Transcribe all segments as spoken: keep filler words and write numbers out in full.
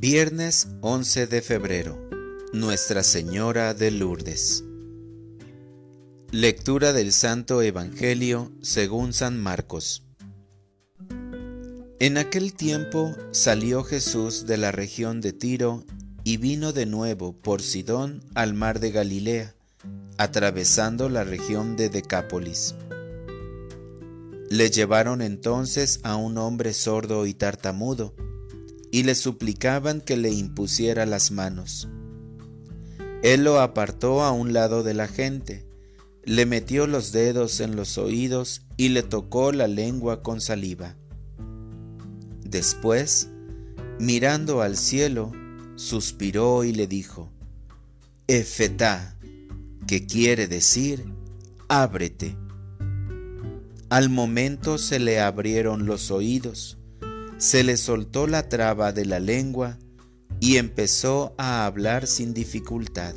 Viernes once de febrero. Nuestra Señora de Lourdes. Lectura del Santo Evangelio según San Marcos. En aquel tiempo salió Jesús de la región de Tiro y vino de nuevo por Sidón al mar de Galilea, atravesando la región de Decápolis. Le llevaron entonces a un hombre sordo y tartamudo, y le suplicaban que le impusiera las manos. Él lo apartó a un lado de la gente, le metió los dedos en los oídos y le tocó la lengua con saliva. Después, mirando al cielo, suspiró y le dijo: Efetá, que quiere decir, ábrete. Al momento se le abrieron los oídos, se le soltó la traba de la lengua y empezó a hablar sin dificultad.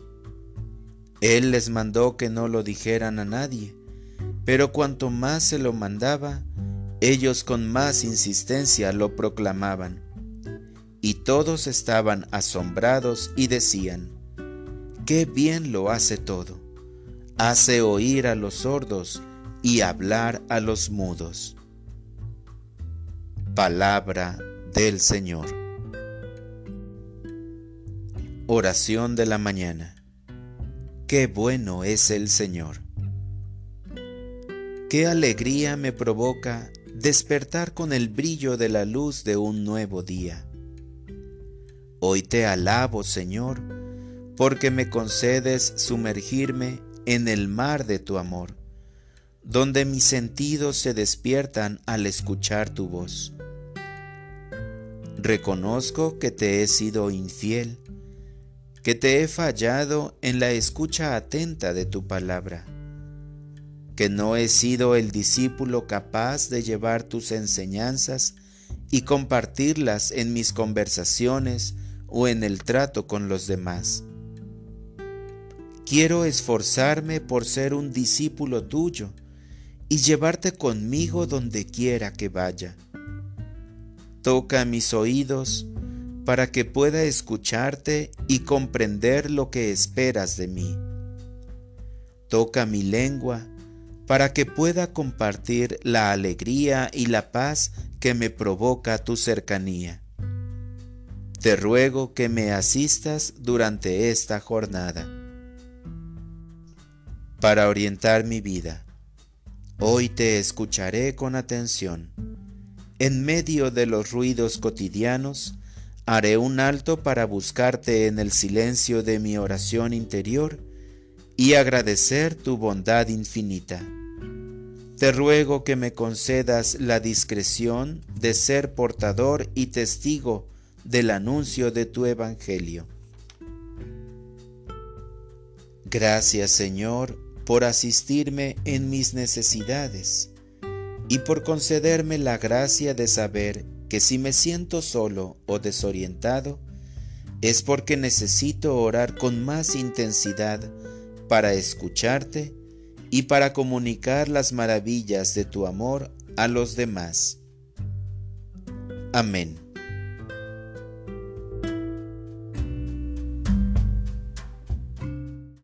Él les mandó que no lo dijeran a nadie, pero cuanto más se lo mandaba, ellos con más insistencia lo proclamaban. Y todos estaban asombrados y decían: ¡Qué bien lo hace todo! Hace oír a los sordos y hablar a los mudos. Palabra del Señor. Oración de la mañana. ¡Qué bueno es el Señor! ¡Qué alegría me provoca despertar con el brillo de la luz de un nuevo día! Hoy te alabo, Señor, porque me concedes sumergirme en el mar de tu amor, donde mis sentidos se despiertan al escuchar tu voz. Reconozco que te he sido infiel, que te he fallado en la escucha atenta de tu palabra, que no he sido el discípulo capaz de llevar tus enseñanzas y compartirlas en mis conversaciones o en el trato con los demás. Quiero esforzarme por ser un discípulo tuyo y llevarte conmigo donde quiera que vaya. Toca mis oídos para que pueda escucharte y comprender lo que esperas de mí. Toca mi lengua para que pueda compartir la alegría y la paz que me provoca tu cercanía. Te ruego que me asistas durante esta jornada. Para orientar mi vida, hoy te escucharé con atención. En medio de los ruidos cotidianos, haré un alto para buscarte en el silencio de mi oración interior y agradecer tu bondad infinita. Te ruego que me concedas la discreción de ser portador y testigo del anuncio de tu Evangelio. Gracias, Señor, por asistirme en mis necesidades y por concederme la gracia de saber que si me siento solo o desorientado, es porque necesito orar con más intensidad para escucharte y para comunicar las maravillas de tu amor a los demás. Amén.